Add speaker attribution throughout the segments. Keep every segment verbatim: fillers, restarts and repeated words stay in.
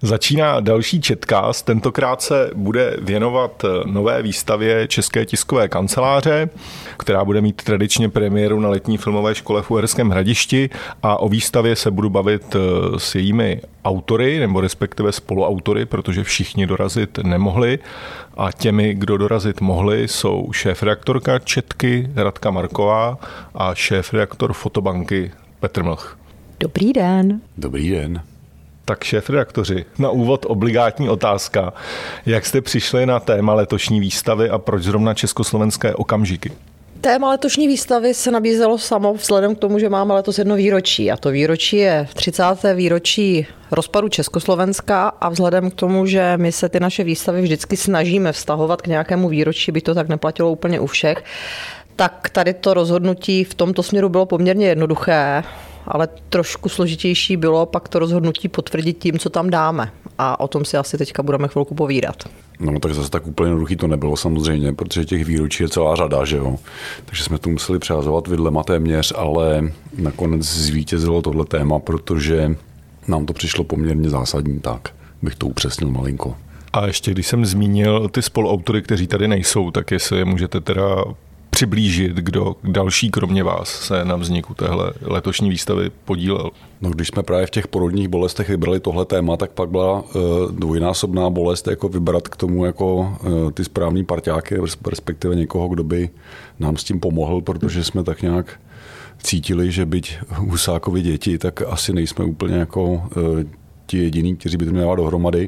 Speaker 1: Začíná další Chatcast, tentokrát se bude věnovat nové výstavě České tiskové kanceláře, která bude mít tradičně premiéru na letní filmové škole v Uherském Hradišti a o výstavě se budu bavit s jejími autory, nebo respektive spoluautory, protože všichni dorazit nemohli a těmi, kdo dorazit mohli, jsou šéfredaktorka Chatky Radka Marková a šéfredaktor Fotobanky Petr Mlch.
Speaker 2: Dobrý den.
Speaker 3: Dobrý den.
Speaker 1: Tak šéfredaktoři, na úvod obligátní otázka. Jak jste přišli na téma letošní výstavy a proč zrovna československé okamžiky?
Speaker 2: Téma letošní výstavy se nabízelo samo vzhledem k tomu, že máme letos jedno výročí. A to výročí je třicáté výročí rozpadu Československa a vzhledem k tomu, že my se ty naše výstavy vždycky snažíme vztahovat k nějakému výročí, by to tak neplatilo úplně u všech, tak tady to rozhodnutí v tomto směru bylo poměrně jednoduché, ale trošku složitější bylo pak to rozhodnutí potvrdit tím, co tam dáme. A o tom si asi teďka budeme chvilku povídat.
Speaker 3: No tak zase tak úplně jednoduchý to nebylo samozřejmě, protože těch výročí je celá řada, že jo. Takže jsme tu museli přehazovat vidlema téměř, ale nakonec zvítězilo tohle téma, protože nám to přišlo poměrně zásadní, tak bych to upřesnil malinko.
Speaker 1: A ještě když jsem zmínil ty spoluautory, kteří tady nejsou, tak jestli je můžete teda přiblížit, kdo další kromě vás se na vzniku téhle letošní výstavy podílel.
Speaker 3: No, když jsme právě v těch porodních bolestech vybrali tohle téma, tak pak byla uh, dvojnásobná bolest jako vybrat k tomu jako uh, ty správný parťáky, respektive někoho, kdo by nám s tím pomohl, protože jsme tak nějak cítili, že byť Husákovi děti, tak asi nejsme úplně jako uh, ti jediný, kteří by to měli dohromady,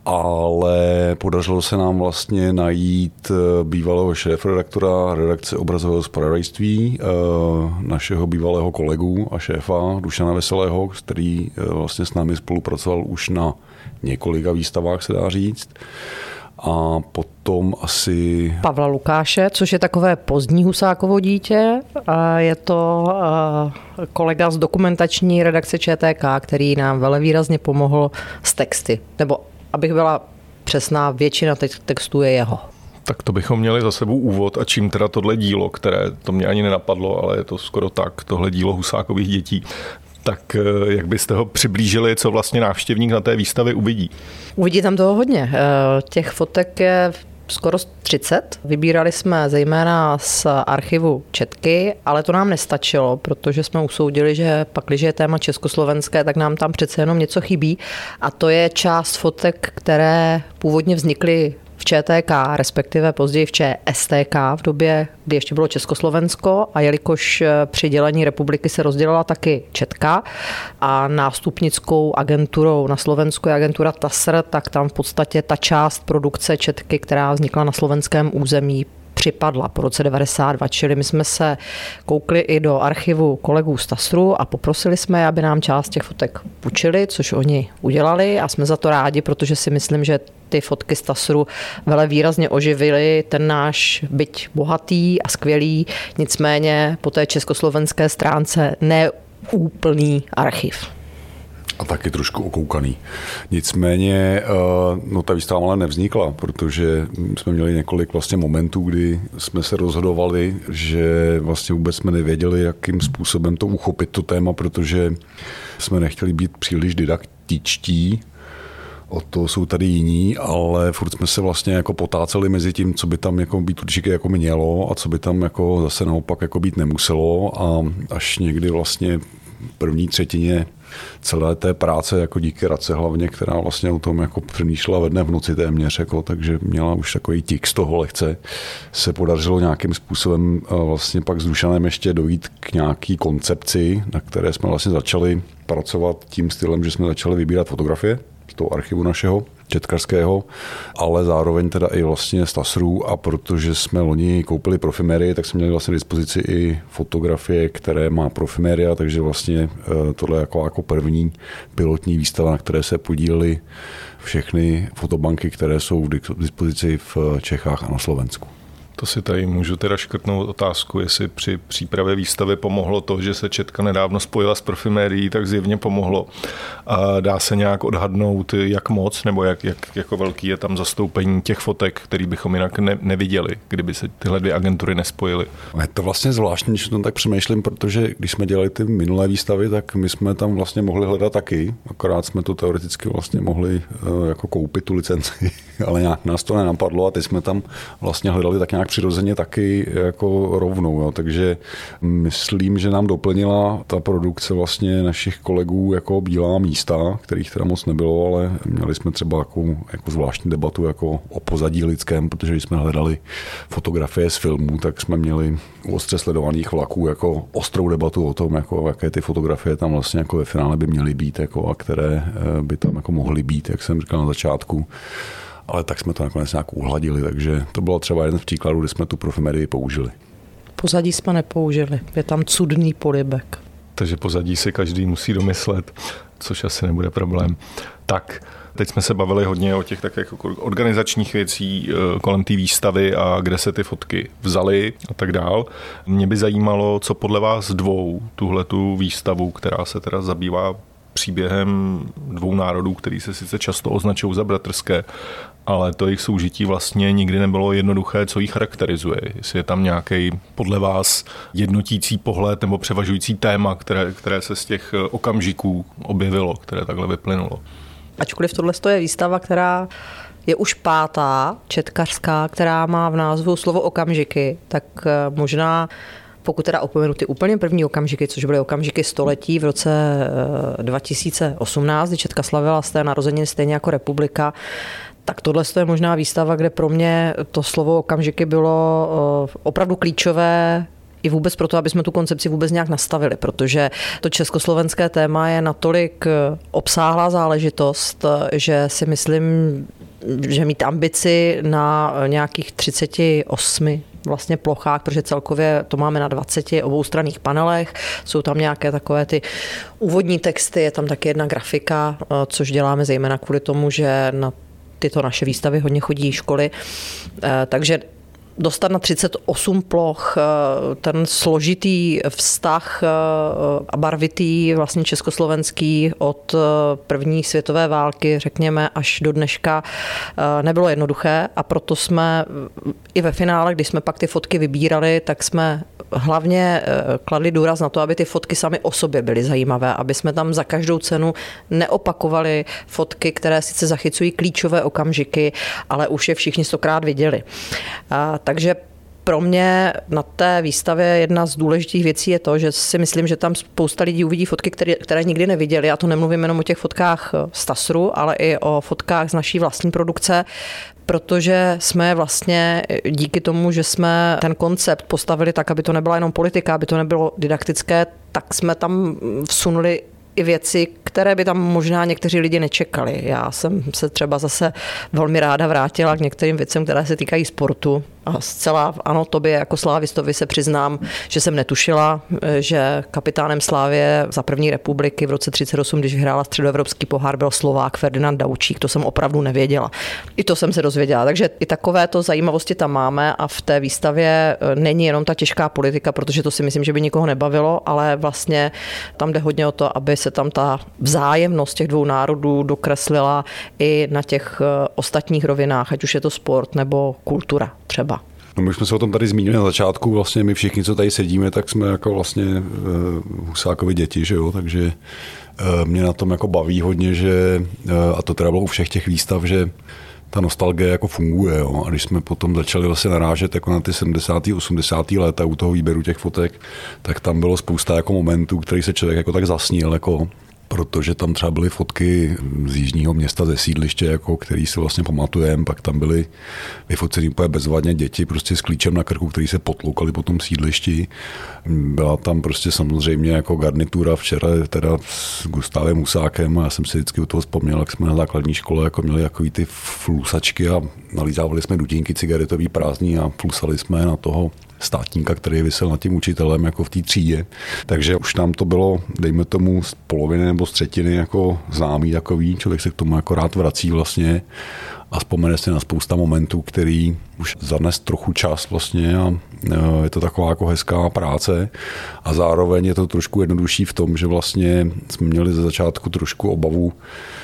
Speaker 3: ale podařilo se nám vlastně najít bývalého šéfredaktora redakce obrazového zpravodajství, našeho bývalého kolegu a šéfa Dušana Veselého, který vlastně s námi spolupracoval už na několika výstavách, se dá říct. A potom asi
Speaker 2: Pavla Lukáše, což je takové pozdní Husákovo dítě. A je to kolega z dokumentační redakce ČTK, který nám velevýrazně pomohl s texty. Nebo, abych byla přesná, většina textů je jeho.
Speaker 1: Tak to bychom měli za sebou úvod a čím teda tohle dílo, které to mě ani nenapadlo, ale je to skoro tak, tohle dílo Husákových dětí. Tak jak byste ho přiblížili, co vlastně návštěvník na té výstavě uvidí?
Speaker 2: Uvidí tam toho hodně. Těch fotek je skoro třicet. Vybírali jsme zejména z archivu Chatky, ale to nám nestačilo, protože jsme usoudili, že pakliže je téma československé, tak nám tam přece jenom něco chybí. A to je část fotek, které původně vznikly v ČTK, respektive později v ČSTK v době, kdy ještě bylo Československo a jelikož při dělení republiky se rozdělila taky Chatka a nástupnickou agenturou na Slovensku je agentura T A S R, tak tam v podstatě ta část produkce Chatky, která vznikla na slovenském území, připadla po roce devadesát dva, čili my jsme se koukli i do archivu kolegů z TASRu a poprosili jsme, aby nám část těch fotek půjčili, což oni udělali a jsme za to rádi, protože si myslím, že ty fotky z TASRu vele výrazně oživily ten náš byť bohatý a skvělý, nicméně po té československé stránce neúplný archiv.
Speaker 3: A taky trošku okoukaný. Nicméně, no ta výstava ale nevznikla, protože jsme měli několik vlastně momentů, kdy jsme se rozhodovali, že vlastně vůbec jsme nevěděli, jakým způsobem to uchopit to téma, protože jsme nechtěli být příliš didaktičtí, od toho jsou tady jiní, ale furt jsme se vlastně jako potáceli mezi tím, co by tam jako být určitě jako mělo a co by tam jako zase naopak jako být nemuselo a až někdy vlastně první třetině celé té práce, jako díky Radce hlavně, která vlastně o tom jako přemýšlela ve dne v noci téměř, jako, takže měla už takový tik z toho lehce, se podařilo nějakým způsobem vlastně pak s Dušanem ještě dojít k nějaký koncepci, na které jsme vlastně začali pracovat tím stylem, že jsme začali vybírat fotografie z toho archivu našeho četkařského, ale zároveň teda i vlastně z TASRu a protože jsme loni koupili Profimérii, tak jsme měli vlastně dispozici i fotografie, které má Profiméria, takže vlastně tohle je jako, jako první pilotní výstava, na které se podílely všechny fotobanky, které jsou v dispozici v Čechách a na Slovensku.
Speaker 1: To si tady můžu teda škrtnout otázku, jestli při přípravě výstavy pomohlo to, že se Četka nedávno spojila s Profimérií, tak zjevně pomohlo. A dá se nějak odhadnout, jak moc nebo jak, jak jako velký je tam zastoupení těch fotek, který bychom jinak ne, neviděli, kdyby se tyhle dvě agentury nespojily.
Speaker 3: Je to vlastně zvláštní, že tom tak přemýšlím, protože když jsme dělali ty minulé výstavy, tak my jsme tam vlastně mohli hledat taky, akorát jsme to teoreticky vlastně mohli uh, jako koupit tu licenci, ale nějak nás to nenapadlo a teď jsme tam vlastně hledali tak nějak přirozeně taky jako rovnou, jo. Takže myslím, že nám doplnila ta produkce vlastně našich kolegů jako bílá místa, kterých teda moc nebylo, ale měli jsme třeba jako, jako zvláštní debatu jako o pozadí lidském, protože když jsme hledali fotografie z filmů, tak jsme měli u ostře sledovaných vlaků jako ostrou debatu o tom, jako, jaké ty fotografie tam vlastně jako ve finále by měly být jako, a které by tam jako mohly být, jak jsem říkal na začátku. Ale tak jsme to nakonec nějak uhladili, takže to bylo třeba jeden z příkladů, kdy jsme tu Profimérii použili.
Speaker 2: Pozadí jsme nepoužili, je tam cudný polibek.
Speaker 1: Takže pozadí si každý musí domyslet, což asi nebude problém. Tak, teď jsme se bavili hodně o těch tak jako organizačních věcí kolem té výstavy a kde se ty fotky vzaly a tak dál. Mě by zajímalo, co podle vás dvou tuhletu výstavu, která se teda zabývá příběhem dvou národů, který se sice často označují za bratrské, ale to jejich soužití vlastně nikdy nebylo jednoduché, co jí charakterizuje. Jestli je tam nějaký podle vás jednotící pohled nebo převažující téma, které, které se z těch okamžiků objevilo, které takhle vyplynulo.
Speaker 2: Ačkoliv tohle je výstava, která je už pátá, četkařská, která má v názvu slovo okamžiky, tak možná pokud teda opomenu ty úplně první okamžiky, což byly okamžiky století v roce dva tisíce osmnáct, kdy Četka slavila své narozeniny stejně jako republika, tak tohle je možná výstava, kde pro mě to slovo okamžiky bylo opravdu klíčové i vůbec proto, aby jsme tu koncepci vůbec nějak nastavili, protože to československé téma je natolik obsáhlá záležitost, že si myslím, že mít ambici na nějakých třicet osm vlastně plochách, protože celkově to máme na dvaceti oboustranných panelech, jsou tam nějaké takové ty úvodní texty, je tam taky jedna grafika, což děláme zejména kvůli tomu, že na tyto naše výstavy hodně chodí školy, takže dostat na třicet osm ploch ten složitý vztah a barvitý vlastně československý od první světové války, řekněme, až do dneška nebylo jednoduché a proto jsme i ve finále, když jsme pak ty fotky vybírali, tak jsme hlavně kladli důraz na to, aby ty fotky samy o sobě byly zajímavé, aby jsme tam za každou cenu neopakovali fotky, které sice zachycují klíčové okamžiky, ale už je všichni stokrát viděli. Takže pro mě na té výstavě jedna z důležitých věcí je to, že si myslím, že tam spousta lidí uvidí fotky, které, které nikdy neviděli. A to nemluvím jenom o těch fotkách z TASRu, ale i o fotkách z naší vlastní produkce, protože jsme vlastně díky tomu, že jsme ten koncept postavili tak, aby to nebyla jenom politika, aby to nebylo didaktické, tak jsme tam vsunuli i věci, které by tam možná někteří lidi nečekali. Já jsem se třeba zase velmi ráda vrátila k některým věcem, které se týkají sportu. A zcela ano, tobě jako slávistovi se přiznám, že jsem netušila, že kapitánem Slávie za první republiky v roce třicet osm, když vyhrála středoevropský pohár, byl Slovák Ferdinand Daučík. To jsem opravdu nevěděla. I to jsem se dozvěděla. Takže i takovéto zajímavosti tam máme a v té výstavě není jenom ta těžká politika, protože to si myslím, že by nikoho nebavilo, ale vlastně tam jde hodně o to, aby se tam ta vzájemnost těch dvou národů dokreslila i na těch ostatních rovinách, ať už je to sport nebo kultura třeba.
Speaker 3: No my jsme se o tom tady zmínili na začátku, vlastně my všichni, co tady sedíme, tak jsme jako vlastně uh, Husákovi děti, že jo, takže uh, mě na tom jako baví hodně, že, uh, a to teda bylo u všech těch výstav, že ta nostalgie jako funguje, jo. A když jsme potom začali vlastně narážet jako na ty sedmdesátá osmdesátá léta u toho výběru těch fotek, tak tam bylo spousta jako momentů, který se člověk jako tak zasnil, jako protože tam třeba byly fotky z jižního města, ze sídliště, jako, který si vlastně pamatujeme, pak tam byly vyfocený úplně bezvadně děti prostě s klíčem na krku, který se potloukali po tom sídlišti. Byla tam prostě samozřejmě jako garnitura včera teda s Gustávem Husákem a já jsem si vždycky u toho vzpomněl, jak jsme na základní škole jako měli takový ty flusačky a nalízávali jsme dutínky cigaretový prázdný a flusali jsme na toho státníka, který visel nad tím učitelem jako v té třídě. Takže už nám to bylo, dejme tomu, z poloviny nebo z třetiny jako známý takový, člověk se k tomu jako rád vrací vlastně a vzpomene si na spousta momentů, který už zanes trochu čas vlastně a je to taková jako hezká práce a zároveň je to trošku jednodušší v tom, že vlastně jsme měli ze začátku trošku obavu,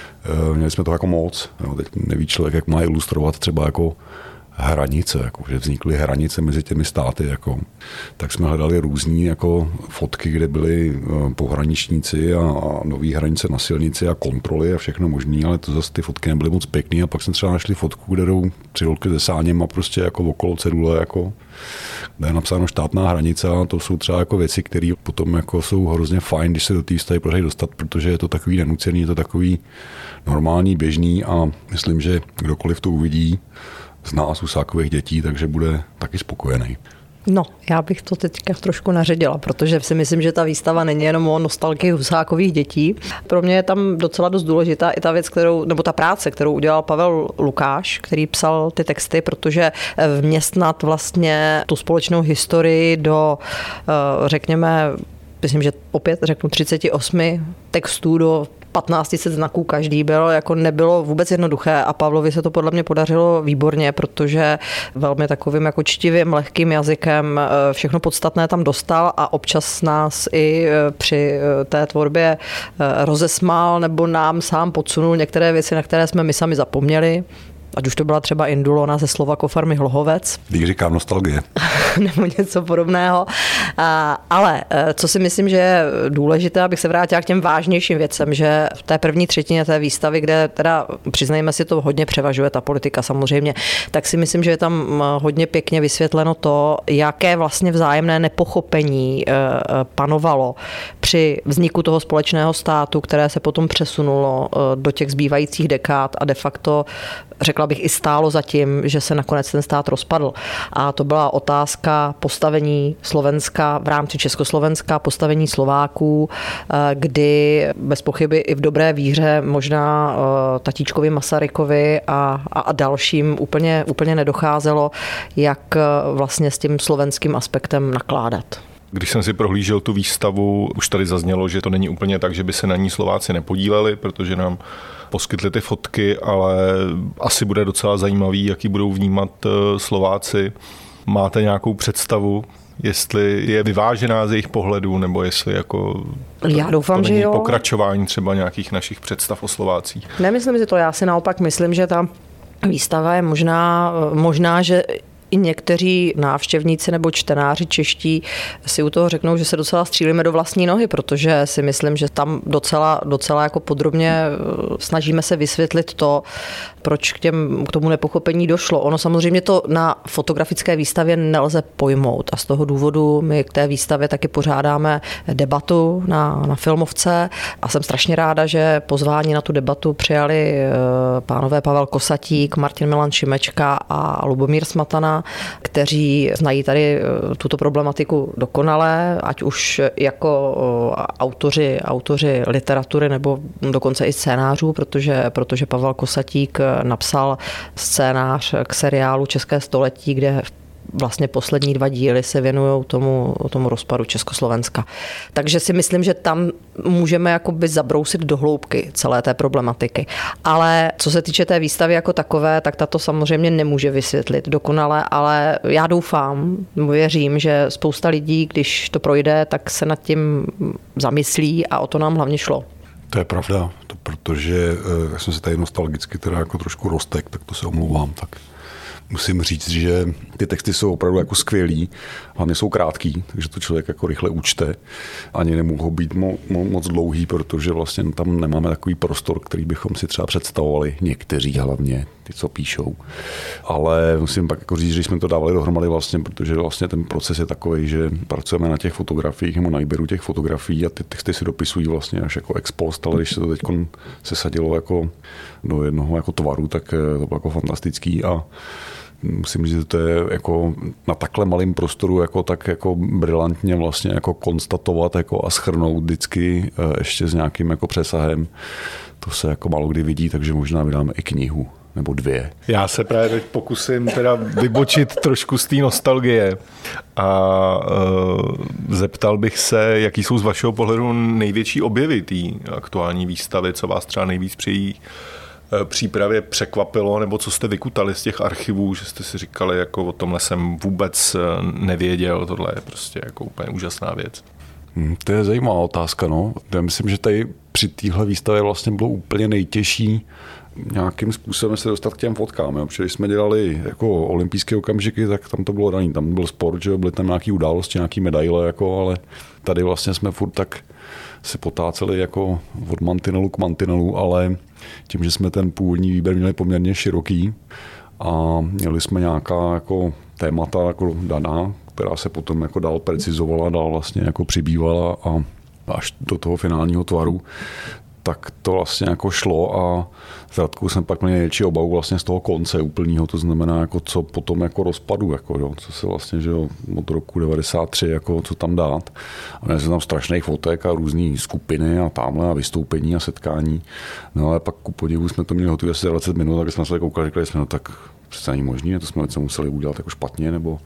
Speaker 3: měli jsme to jako moc, jo, teď neví člověk, jak má ilustrovat třeba jako hranice, jako, že vznikly hranice mezi těmi státy. Jako. Tak jsme hledali různý jako, fotky, kde byly pohraničníci a, a nový hranice na silnici a kontroly a všechno možné, ale to zase ty fotky nebyly moc pěkný a pak jsme třeba našli fotku, kde jdou tři holky se sáněm a prostě jako okolo cedule, jako, kde je napsáno štátná hranice a to jsou třeba jako věci, které potom jako jsou hrozně fajn, když se do té výstavy podaří dostat, protože je to takový nenucený, je to takový normální, běžný a myslím, že kdokoliv to uvidí z nás Husákových dětí, takže bude taky spokojený.
Speaker 2: No, já bych to teďka trošku naředila, protože si myslím, že ta výstava není jenom o nostalgii Husákových dětí. Pro mě je tam docela dost důležitá i ta věc, kterou, nebo ta práce, kterou udělal Pavel Lukáš, který psal ty texty, protože vměstnat vlastně tu společnou historii do, řekněme, myslím, že opět řeknu třicet osm textů do patnáct set znaků každý byl, jako nebylo vůbec jednoduché a Pavlovi se to podle mě podařilo výborně, protože velmi takovým jako čtivým, lehkým jazykem všechno podstatné tam dostal a občas nás i při té tvorbě rozesmál nebo nám sám podsunul některé věci, na které jsme my sami zapomněli. Ať už to byla třeba Indulona ze Slovakofarmy Hlohovec.
Speaker 3: Když říkám nostalgie.
Speaker 2: Nebo něco podobného. A, ale co si myslím, že je důležité, abych se vrátila k těm vážnějším věcem, že v té první třetině té výstavy, kde teda přiznejme si to hodně převažuje ta politika samozřejmě, tak si myslím, že je tam hodně pěkně vysvětleno to, jaké vlastně vzájemné nepochopení panovalo při vzniku toho společného státu, které se potom přesunulo do těch zbývajících dekád a de facto řekla bych i stálo za tím, že se nakonec ten stát rozpadl. A to byla otázka postavení Slovenska v rámci Československa, postavení Slováků, kdy bez pochyby i v dobré víře možná tatíčkovi Masarykovi a, a dalším úplně, úplně nedocházelo, jak vlastně s tím slovenským aspektem nakládat.
Speaker 1: Když jsem si prohlížel tu výstavu, už tady zaznělo, že to není úplně tak, že by se na ní Slováci nepodíleli, protože nám poskytli ty fotky, ale asi bude docela zajímavý, jaký budou vnímat Slováci. Máte nějakou představu, jestli je vyvážená z jejich pohledů, nebo jestli jako
Speaker 2: já doufám,
Speaker 1: to není
Speaker 2: že jo.
Speaker 1: pokračování třeba nějakých našich představ o Slovácích?
Speaker 2: Nemyslím si to, já si naopak myslím, že ta výstava je možná, možná, že i někteří návštěvníci nebo čtenáři čeští si u toho řeknou, že se docela střílíme do vlastní nohy, protože si myslím, že tam docela, docela jako podrobně snažíme se vysvětlit to, proč k, těm, k tomu nepochopení došlo. Ono samozřejmě to na fotografické výstavě nelze pojmout a z toho důvodu my k té výstavě taky pořádáme debatu na, na filmovce a jsem strašně ráda, že pozvání na tu debatu přijali pánové Pavel Kosatík, Martin Milan Šimečka a Lubomír Smatana, kteří znají tady tuto problematiku dokonale, ať už jako autoři, autoři literatury nebo dokonce i scénářů, protože, protože Pavel Kosatík napsal scénář k seriálu České století, kde vlastně poslední dva díly se věnují tomu, tomu rozpadu Československa. Takže si myslím, že tam můžeme jakoby zabrousit do hloubky celé té problematiky. Ale co se týče té výstavy jako takové, tak tato samozřejmě nemůže vysvětlit dokonale, ale já doufám, věřím, že spousta lidí, když to projde, tak se nad tím zamyslí a o to nám hlavně šlo.
Speaker 3: To je pravda, to protože já jsem se tady nostalgicky teda jako trošku roztek, tak to se omlouvám, tak musím říct, že ty texty jsou opravdu jako skvělý, hlavně jsou krátký, takže to člověk jako rychle učte. Ani nemohou být mo- mo- moc dlouhý, protože vlastně tam nemáme takový prostor, který bychom si třeba představovali, někteří hlavně, ty, co píšou. Ale musím pak jako říct, že jsme to dávali dohromady vlastně, protože vlastně ten proces je takový, že pracujeme na těch fotografiích nebo na výběru těch fotografií a ty texty si dopisují vlastně až jako ex post, ale když se to teď sesadilo jako do jednoho jako tvaru, tak to bylo jako fantastický a musím říct, že to je jako na takhle malém prostoru jako tak jako brilantně vlastně jako konstatovat jako a shrnout vždycky ještě s nějakým jako přesahem. To se jako málo kdy vidí, takže možná vydáme i knihu nebo dvě.
Speaker 1: Já se právě teď pokusím teda vybočit trošku z té nostalgie a uh, zeptal bych se, jaký jsou z vašeho pohledu největší objevy té aktuální výstavy, co vás třeba nejvíc při její přípravě překvapilo, nebo co jste vykutali z těch archivů, že jste si říkali, jako o tomhle jsem vůbec nevěděl, tohle je prostě jako úplně úžasná věc.
Speaker 3: Hmm, to je zajímavá otázka, no. Já myslím, že tady při téhle výstavě vlastně bylo úplně nejtěžší nějakým způsobem se dostat k těm fotkám. Jo. Protože když jsme dělali jako olympijské okamžiky, tak tam to bylo daný. Tam byl sport, že byly tam nějaké události, nějaké medaile, jako, ale tady vlastně jsme furt tak se potáceli jako od mantinelu k mantinelu, ale tím, že jsme ten původní výběr měli poměrně široký a měli jsme nějaká jako témata jako daná, která se potom jako dál precizovala, dál vlastně jako přibývala a až do toho finálního tvaru, tak to vlastně jako šlo a s Radkou jsem pak měl největší obavu vlastně z toho konce úplného, to znamená jako co potom jako rozpadu, jako jo, co se vlastně, že jo, od roku devadesát tři, jako co tam dát. A měli jsme tam strašných fotek a různý skupiny a tamhle a vystoupení a setkání. No ale pak ku podivu jsme to měli hotově asi dvacet minut, tak jsme se koukali, řekli jsme, no tak přece není možný, to jsme něco museli udělat jako špatně nebo,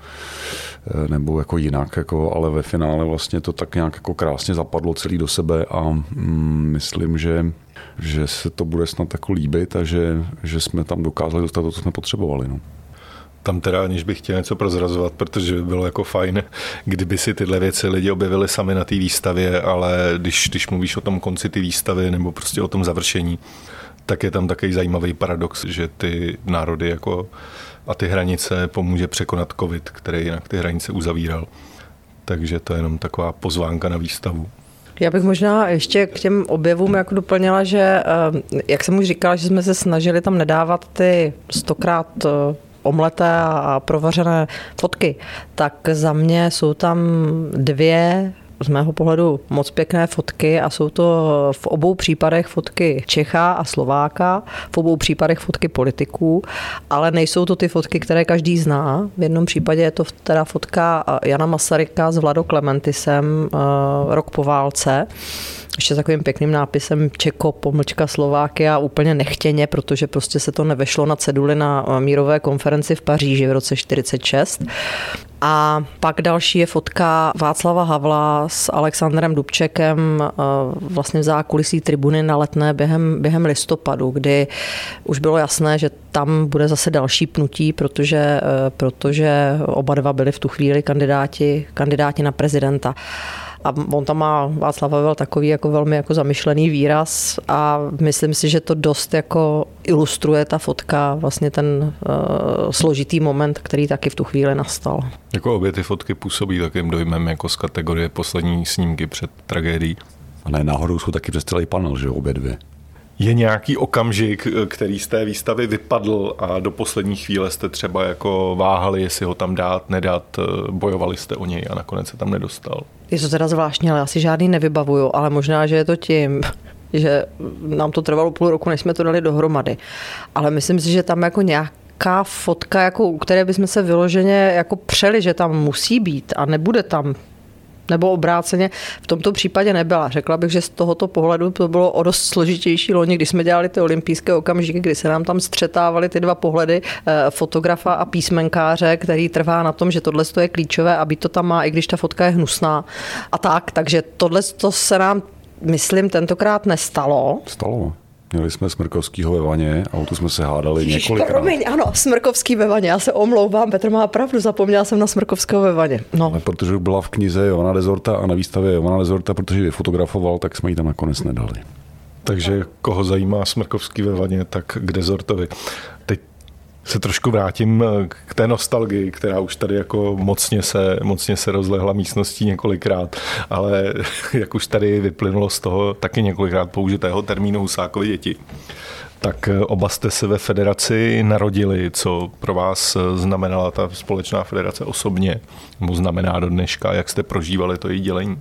Speaker 3: nebo jako jinak, jako, ale ve finále vlastně to tak nějak jako krásně zapadlo celý do sebe a mm, myslím, že, že se to bude snad jako líbit a že, že jsme tam dokázali dostat to, co jsme potřebovali. No.
Speaker 1: Tam teda, aniž bych chtěl něco prozrazovat, protože by bylo jako fajn, kdyby si tyhle věci lidi objevili sami na té výstavě, ale když, když mluvíš o tom konci té výstavy nebo prostě o tom završení, tak je tam takový zajímavý paradox, že ty národy jako a ty hranice pomůže překonat covid, který jinak ty hranice uzavíral. Takže to je jenom taková pozvánka na výstavu.
Speaker 2: Já bych možná ještě k těm objevům jako doplnila, že jak jsem už říkala, že jsme se snažili tam nedávat ty stokrát omleté a provařené fotky, tak za mě jsou tam dvě z mého pohledu moc pěkné fotky a jsou to v obou případech fotky Čecha a Slováka, v obou případech fotky politiků, ale nejsou to ty fotky, které každý zná. V jednom případě je to teda fotka Jana Masaryka s Vladou Klementisem rok po válce, ještě takovým pěkným nápisem Čeko, pomlčka Slovákia, úplně nechtěně, protože prostě se to nevešlo na ceduli na mírové konferenci v Paříži v roce čtyřicet šest. A pak další je fotka Václava Havla s Alexandrem Dubčekem vlastně v zákulisí tribuny na Letné během, během listopadu, kdy už bylo jasné, že tam bude zase další pnutí, protože, protože oba dva byli v tu chvíli kandidáti, kandidáti na prezidenta. A on tam má, Václav Havel, takový jako velmi jako zamyšlený výraz a myslím si, že to dost jako ilustruje ta fotka, vlastně ten uh, složitý moment, který taky v tu chvíli nastal.
Speaker 1: Jako obě ty fotky působí takým dojmem jako z kategorie poslední snímky před tragédií.
Speaker 3: A ne, náhodou jsou taky přes celý panel, že obě dvě.
Speaker 1: Je nějaký okamžik, který z té výstavy vypadl a do poslední chvíle jste třeba jako váhali, jestli ho tam dát, nedat, bojovali jste o něj a nakonec se tam nedostal? Je
Speaker 2: to teda zvláštní, ale asi žádný nevybavuju, ale možná, že je to tím, že nám to trvalo půl roku, než jsme to dali dohromady. Ale myslím si, že tam jako nějaká fotka, jako, u které bychom se vyloženě jako přeli, že tam musí být a nebude tam, nebo obráceně, v tomto případě nebyla. Řekla bych, že z tohoto pohledu to bylo o dost složitější loni, když jsme dělali ty olympijské okamžiky, kdy se nám tam střetávaly ty dva pohledy fotografa a písmenkáře, který trvá na tom, že tohle je klíčové, aby to tam má, i když ta fotka je hnusná. A tak, takže tohle se nám, myslím, tentokrát nestalo.
Speaker 3: Stalo. Měli jsme Smrkovskýho ve vaně a o tu jsme se hádali několikrát.
Speaker 2: Promiň, ano, Smrkovský ve vaně, já se omlouvám, Petr má pravdu, zapomněla jsem na Smrkovského ve vaně. No.
Speaker 3: Ale protože byla v knize Jovana Dezorta a na výstavě Jovana Dezorta, protože ji fotografoval, tak jsme ji tam nakonec nedali.
Speaker 1: Takže koho zajímá Smrkovský ve vaně, tak k Dezortovi. Teď se trošku vrátím k té nostalgii, která už tady jako mocně se, mocně se rozlehla místností několikrát, ale jak už tady vyplynulo z toho taky několikrát použitého termínu Husákovy děti, tak oba jste se ve federaci narodili, co pro vás znamenala ta společná federace osobně, mu znamená do dneška, jak jste prožívali to její dělení?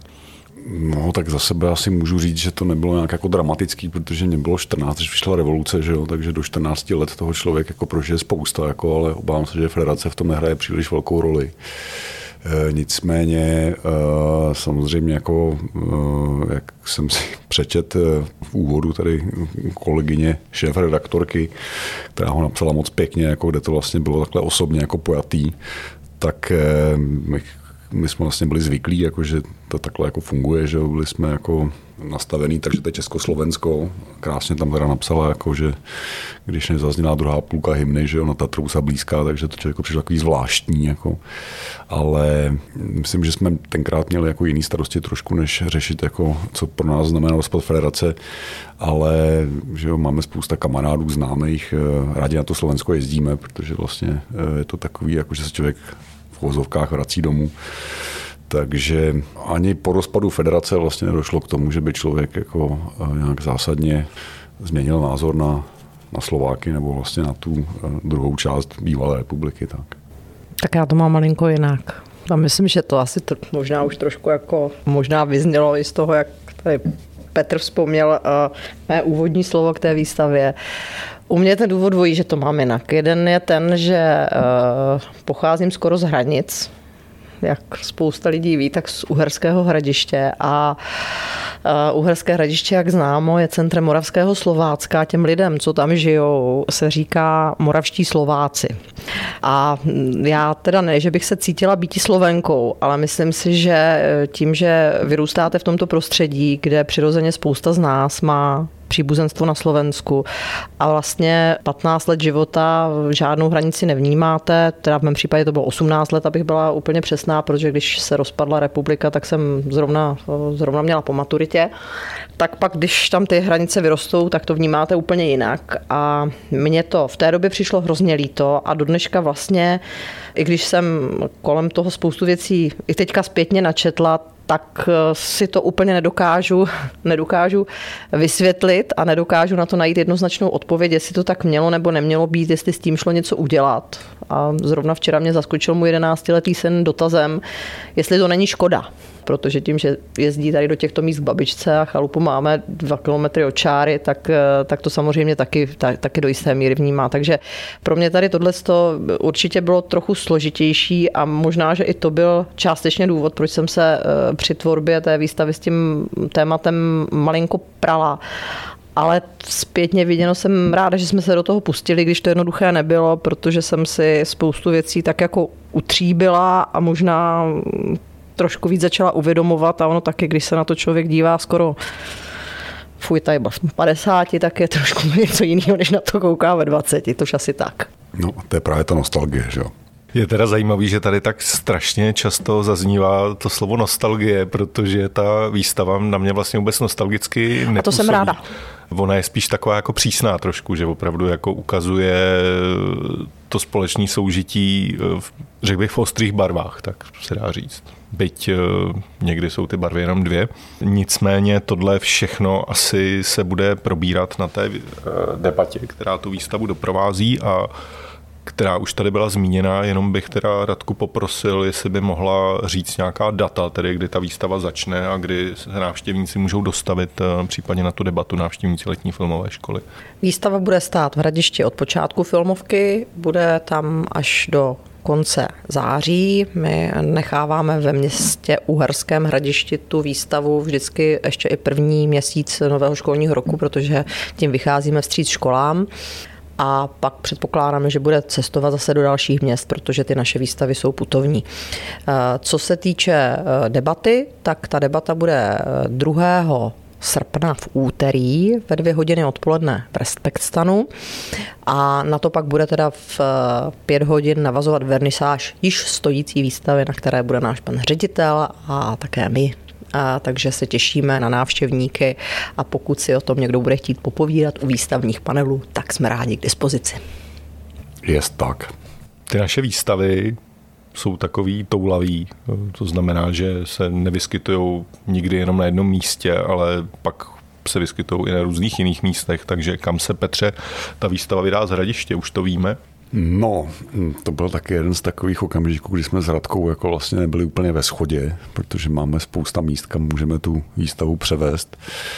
Speaker 3: No, tak za sebe asi můžu říct, že to nebylo nějak jako dramatický, protože mě bylo čtrnáct, když vyšla revoluce, že jo? Takže do čtrnácti let toho člověk jako prožije spousta, jako, ale obávám se, že federace v tom nehraje příliš velkou roli. Nicméně samozřejmě jako, jak jsem si přečet v úvodu tady kolegyně šéfredaktorky, která ho napsala moc pěkně, jako kde to vlastně bylo takhle osobně jako pojatý, tak my, my jsme vlastně byli zvyklí, jako, že to takhle jako funguje, že byli jsme jako nastavený, takže to je Československo. Krásně tam teda napsala, jako, že když nezazněla druhá půlka hymny, že ona ta trousa blízká, takže to člověk přišlo takový zvláštní. Jako. Ale myslím, že jsme tenkrát měli jako jiný starosti trošku, než řešit, jako, co pro nás znamená rozpad federace. Ale že jo, máme spousta kamarádů známých, rádi na to Slovensko jezdíme, protože vlastně je to takový, jako, že se člověk v uvozovkách vrací domů. Takže ani po rozpadu federace vlastně nedošlo k tomu, že by člověk jako nějak zásadně změnil názor na, na Slováky nebo vlastně na tu druhou část bývalé republiky. Tak,
Speaker 2: tak já to mám malinko jinak. A myslím, že to asi to možná už trošku jako možná vyznělo i z toho, jak tady Petr vzpomněl uh, mé úvodní slovo k té výstavě. U mě ten důvod dvojí, že to mám jinak. Jeden je ten, že uh, pocházím skoro z hranic, jak spousta lidí ví, tak z Uherského Hradiště a uh, Uherské Hradiště, jak známo, je centrem moravského Slovácka. Těm lidem, co tam žijou, se říká moravští Slováci. A já teda ne, že bych se cítila býti Slovenkou, ale myslím si, že tím, že vyrůstáte v tomto prostředí, kde přirozeně spousta z nás má příbuzenstvo na Slovensku a vlastně patnáct let života žádnou hranici nevnímáte, teda v mém případě to bylo osmnáct let, abych byla úplně přesná, protože když se rozpadla republika, tak jsem zrovna, zrovna měla po maturitě, tak pak, když tam ty hranice vyrostou, tak to vnímáte úplně jinak a mně to v té době přišlo hrozně líto a do dneška vlastně, i když jsem kolem toho spoustu věcí i teďka zpětně načetla, tak si to úplně nedokážu, nedokážu vysvětlit a nedokážu na to najít jednoznačnou odpověď, jestli to tak mělo nebo nemělo být, jestli s tím šlo něco udělat. A zrovna včera mě zaskočil můj jedenáctiletý syn dotazem, jestli to není škoda. Protože tím, že jezdí tady do těchto míst k babičce a chalupu máme dva kilometry od čáry, tak, tak to samozřejmě taky, tak, taky do jisté míry vnímá. Takže pro mě tady tohle určitě bylo trochu složitější a možná, že i to byl částečně důvod, proč jsem se při tvorbě té výstavy s tím tématem malinko prala. Ale zpětně viděno jsem ráda, že jsme se do toho pustili, když to jednoduché nebylo, protože jsem si spoustu věcí tak jako utříbila a možná trošku víc začala uvědomovat a ono taky, když se na to člověk dívá skoro fuj, tady v padesáti, tak je trošku něco jiného, než na to kouká ve dvaceti, tož asi tak.
Speaker 3: No, to je právě ta nostalgie, že jo?
Speaker 1: Je teda zajímavý, že tady tak strašně často zaznívá to slovo nostalgie, protože ta výstava na mě vlastně vůbec nostalgicky nepůsobí.
Speaker 2: A to jsem ráda.
Speaker 1: Ona je spíš taková jako přísná trošku, že opravdu jako ukazuje to společné soužití, řekl bych v ostrých barvách, tak se dá říct. Byť někdy jsou ty barvy jenom dvě. Nicméně tohle všechno asi se bude probírat na té debatě, která tu výstavu doprovází a která už tady byla zmíněna, jenom bych teda Radku poprosil, jestli by mohla říct nějaká data, tedy kdy ta výstava začne a kdy se návštěvníci můžou dostavit případně na tu debatu návštěvníci letní filmové školy.
Speaker 2: Výstava bude stát v Hradišti od počátku filmovky, bude tam až do konce září. My necháváme ve městě Uherském Hradišti tu výstavu vždycky ještě i první měsíc nového školního roku, protože tím vycházíme vstříc školám. A pak předpokládáme, že bude cestovat zase do dalších měst, protože ty naše výstavy jsou putovní. Co se týče debaty, tak ta debata bude druhého srpna v úterý ve dvě hodiny odpoledne v Respektstanu a na to pak bude teda v pět hodin navazovat vernisáž již stojící výstavy, na které bude náš pan ředitel a také my. A takže se těšíme na návštěvníky a pokud si o tom někdo bude chtít popovídat u výstavních panelů, tak jsme rádi k dispozici.
Speaker 3: Jest tak.
Speaker 1: Ty naše výstavy jsou takový toulavý, to znamená, že se nevyskytují nikdy jenom na jednom místě, ale pak se vyskytují i na různých jiných místech, takže kam se, Petře, ta výstava vydá z Hradiště, už to víme?
Speaker 3: No, to byl taky jeden z takových okamžiků, kdy jsme s Radkou jako vlastně nebyli úplně ve shodě, protože máme spousta míst, kam můžeme tu výstavu převést.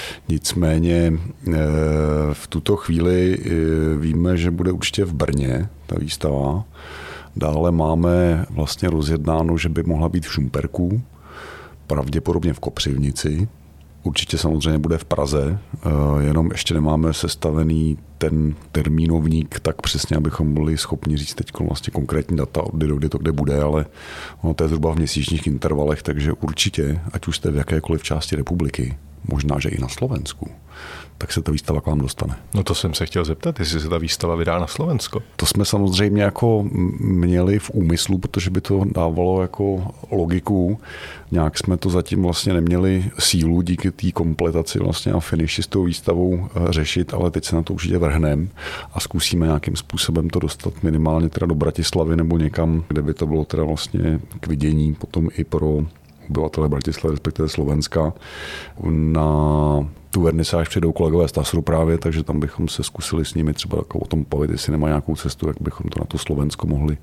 Speaker 3: Nicméně v tuto chvíli víme, že bude určitě v Brně ta výstava Dále máme vlastně rozjednáno, že by mohla být v Šumperku, pravděpodobně v Kopřivnici. Určitě samozřejmě bude v Praze, jenom ještě nemáme sestavený ten termínovník tak přesně, abychom byli schopni říct teď vlastně konkrétní data, od kdy do kdy to kde bude, ale ono to je zhruba v měsíčních intervalech, takže určitě, ať už jste v jakékoliv části republiky, možná, že i na Slovensku, tak se ta výstava k vám dostane.
Speaker 1: No to jsem se chtěl zeptat, jestli se ta výstava vydá na Slovensko.
Speaker 3: To jsme samozřejmě jako měli v úmyslu, protože by to dávalo jako logiku. Nějak jsme to zatím vlastně neměli sílu díky té kompletaci vlastně a finiši s tou výstavou řešit, ale teď se na to určitě vrhneme a zkusíme nějakým způsobem to dostat minimálně teda do Bratislavy nebo někam, kde by to bylo teda vlastně k vidění potom i pro obyvatele Bratislavy, respektive Slovenska. Na tu vernisáž přijdou kolegové z TASRu právě, takže tam bychom se zkusili s nimi třeba o tom bavit, jestli nemá nějakou cestu, jak bychom to na to Slovensko mohli,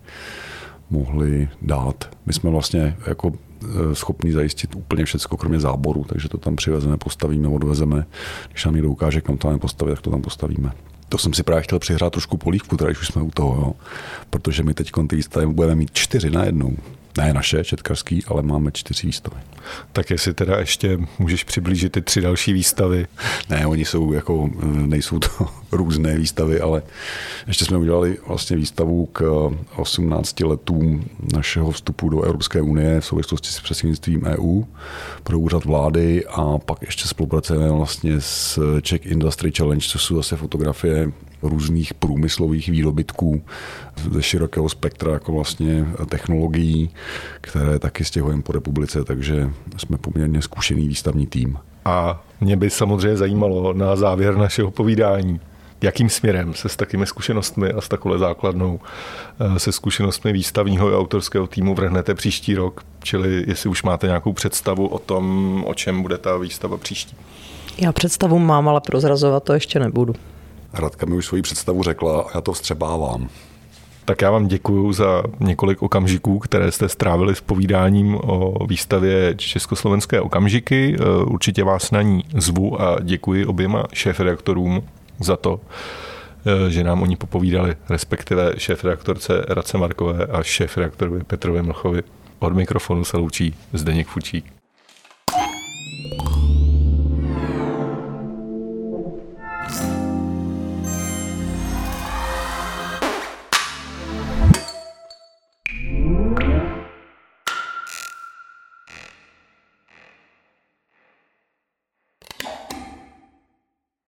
Speaker 3: mohli dát. My jsme vlastně jako schopni zajistit úplně všecko, kromě záboru, takže to tam přivezeme, postavíme, odvezeme. Když nám někdo ukáže, kam to máme postavit, tak to tam postavíme. To jsem si právě chtěl přihrát trošku polívku, teda když už jsme u toho, jo. Protože my teď ty výstavy budeme mít čtyři najednou. Ne naše, četkařský, ale máme čtyři výstavy.
Speaker 1: Tak jestli teda ještě můžeš přiblížit ty tři další výstavy.
Speaker 3: Ne, oni jsou jako, nejsou to různé výstavy, ale ještě jsme udělali vlastně výstavu k osmnácti letům našeho vstupu do Evropské unie v souvislosti s předsednictvím E U pro úřad vlády a pak ještě spolupracujeme vlastně s Czech Industry Challenge, což jsou zase fotografie různých průmyslových výdobytků ze širokého spektra jako vlastně technologií, které taky stěhujeme po republice, takže jsme poměrně zkušený výstavní tým.
Speaker 1: A mě by samozřejmě zajímalo na závěr našeho povídání, jakým směrem se s takými zkušenostmi a s takové základnou se zkušenostmi výstavního a autorského týmu vrhnete příští rok, čili jestli už máte nějakou představu o tom, o čem bude ta výstava příští.
Speaker 2: Já představu mám, ale prozrazovat to ještě nebudu.
Speaker 3: Radka mi už svoji představu řekla a já to vstřebávám.
Speaker 1: Tak já vám děkuju za několik okamžiků, které jste strávili s povídáním o výstavě Československé okamžiky. Určitě vás na ní zvu a děkuji oběma šéfredaktorům za to, že nám o ní popovídali, respektive šéfredaktorce Radce Markové a šéfredaktorovi Petrovi Mlchovi. Od mikrofonu se loučí Zdeněk Fučík.